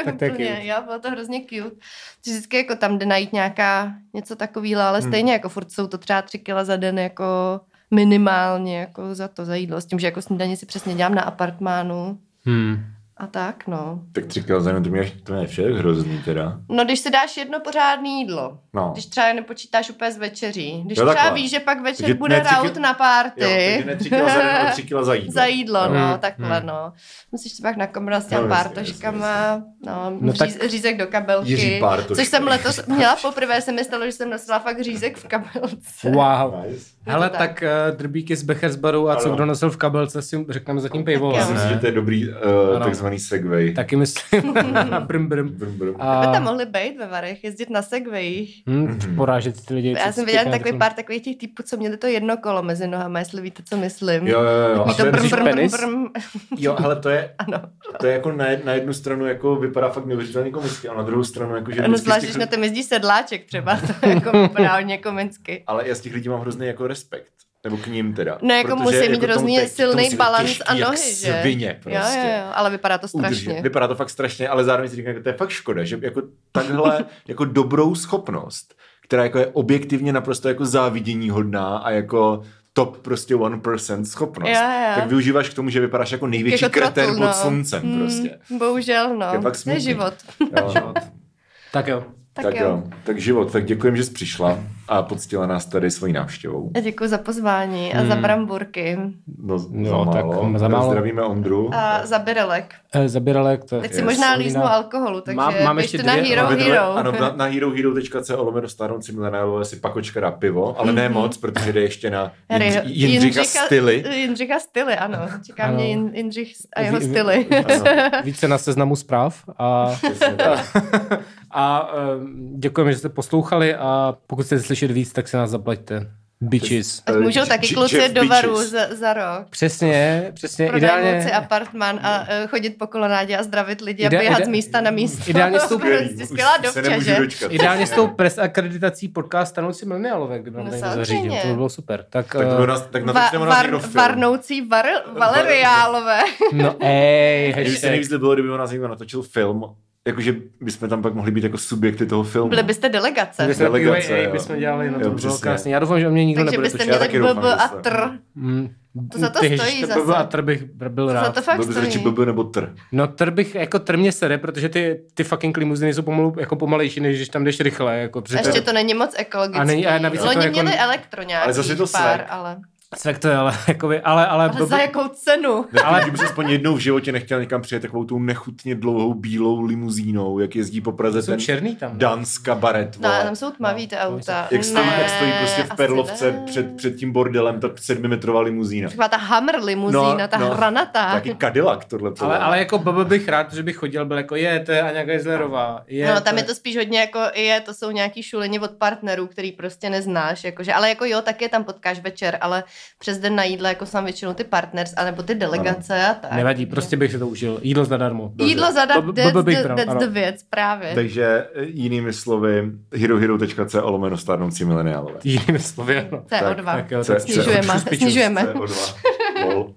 Já bylo to hrozně cute. Vždycky jako tam jde najít něco takového, ale stejně jako furt jsou to třeba 3 kila za den jako minimálně jako za jídlo, s tím, že jako snídaně si přesně dělám na apartmánu. A tak, no. Tak 3 kila za den, to je však hrozný teda. No, když si dáš jedno pořádné jídlo, když třeba nepočítáš úplně z večeří, když třeba víš, že pak večer takže bude raut na party. Takže ne 3 kila za den, ale 3 kila za jídlo. Za jídlo, no, takhle, no. Musíš si pak nakombinovat s těm pártoškama, řízek do kabelky, což jsem letos měla poprvé, se mi stalo, že jsem nosila fakt řízek v kabelce. Wow. Hele, tak drbíky z Bechersbaru a co kdo nosil v kabelce, si řekneme zatím pejvole. Myslím si, že to je dobrý takzvaný segway. Taky myslím. Aby tam mohli být ve Varech, jezdit na segwayích. Porážet ty lidi. Já jsem viděla takový pár takových těch typů, co měli to jedno kolo mezi nohama, jestli víte, co myslím. Jo. A to brm. Jo, ale to je jako na jednu stranu jako vypadá fakt neuvěřitelně komicky, a na druhou stranu jako, že... No zvlášť, když na tom jezdí sedláček třeba, to jako vypadá hodně komicky. Ale já z těch lidí mám hrozný jako respekt. Nebo k ním teda. No jako musí mít jako hrozný silný balans a nohy, že? Svině prostě. Jo, ale vypadá to strašně. Vypadá to fakt strašně, ale zároveň si říkám, že to je fakt škoda, že jako takhle jako dobrou schopnost, která jako je objektivně naprosto jako závidění hodná a jako top prostě 1% schopnost, Jo. tak využíváš k tomu, že vypadáš jako největší Jako kretén trotl, pod sluncem prostě. Bohužel, no. Je fakt To je smutný. život. Jo. Tak jo. Tak jo. Tak život, tak děkujem, že jsi přišla a poctila nás tady svojí návštěvou. A děkuji za pozvání a za bramburky. No, Jo, tak za málo. Zdravíme Ondru. A za birelek. Zabíralek to Teď si možná líznu alkoholu, takže Mám ještě běžte na dvě- Hero Hero. Ano, na herohero.co/starnoucí mileniálové si pak očkrá pivo, ale ne moc, protože jde ještě na Jindřicha Styly. Jindřicha Styly, ano. Čeká Ano. mě Jindřich a jeho styly. Více na seznamu zpráv a děkujeme, že jste poslouchali a pokud chcete slyšet víc, tak se nás zaplaťte. Bitches. Ať můžou taky kluci Jeff do varu Bitches. za rok. Přesně, Prodají ideálně. moci apartman a chodit po kolonádě a zdravit lidi a Ide- běhat ide- z místa na místo. ideálně s tou- Prostě skvělá Už se dovča, nemůžu že? dočkat. Ideálně s tou pres akreditací podcast Stanoucí mileniálové, kdyby nám No tady samozřejmě. zařídil. To by bylo super. Tak Tak natočíme nás někdo film. Varnoucí Valeriálové. no Mně by se hashtag. nejvíc líbilo, kdyby nás někdo natočil film, jakože bychom tam pak mohli být jako subjekty toho filmu. Byli byste delegace. Bychom Delegace, UAA jo. bychom dělali, no Jo, to by bylo přesně. krásně. Já doufám, že o mě nikdo Takže nebude byste točit. Já měli taky doufám, BB že a se- tr. To za to stojí BB zase. a tr bych byl To za rád. to fakt Byl bys radši stojí. BB nebo tr. No tr mě sere, protože ty fucking limuziny jsou pomalu jako pomalejší, než když tam jdeš rychle. Jako, protože Ještě to není moc ekologický. A není- a navíc je to Loni jako- měli elektro nějaký Ale zase je to pár, Slack. ale Svek to je, ale jakoby, ale za jakou cenu? Ale kdyby se aspoň jednou v životě nechtěl někam přijet takovou tu nechutně dlouhou bílou limuzínou, jak jezdí po Praze jsou ten černý tam. Dans kabaret. No, vole. tam jsou tmavý ty auta. Jak stojí, Ne, jak stojí prostě v asi Perlovce ne. před tím bordelem, tak 7metrová limuzína. Taková ta Hummer limuzína, ta hranatá. Taky Cadillac tohle. Ale jako BB bych rád, že bych chodil, byl jako to je Aňa Geislerová. No, tam je to spíš hodně jako, to jsou nějaký šulini od partnerů, který prostě neznáš, jakože, ale jako jo, tak je tam potkáš večer, ale přes den na jídle jako jsou většinou ty partners, anebo ty delegace a tak. Nevadí, prostě bych si to užil. Jídlo zadarmo. Jídlo zadat, that's ano. the věc, právě. Takže jinými slovy herohero.co/starnoucí mileniálové. Jinými slovy, ano. To je tak, O2. tak jo, Co- tak co- Snižujeme. Co je O2? Lol.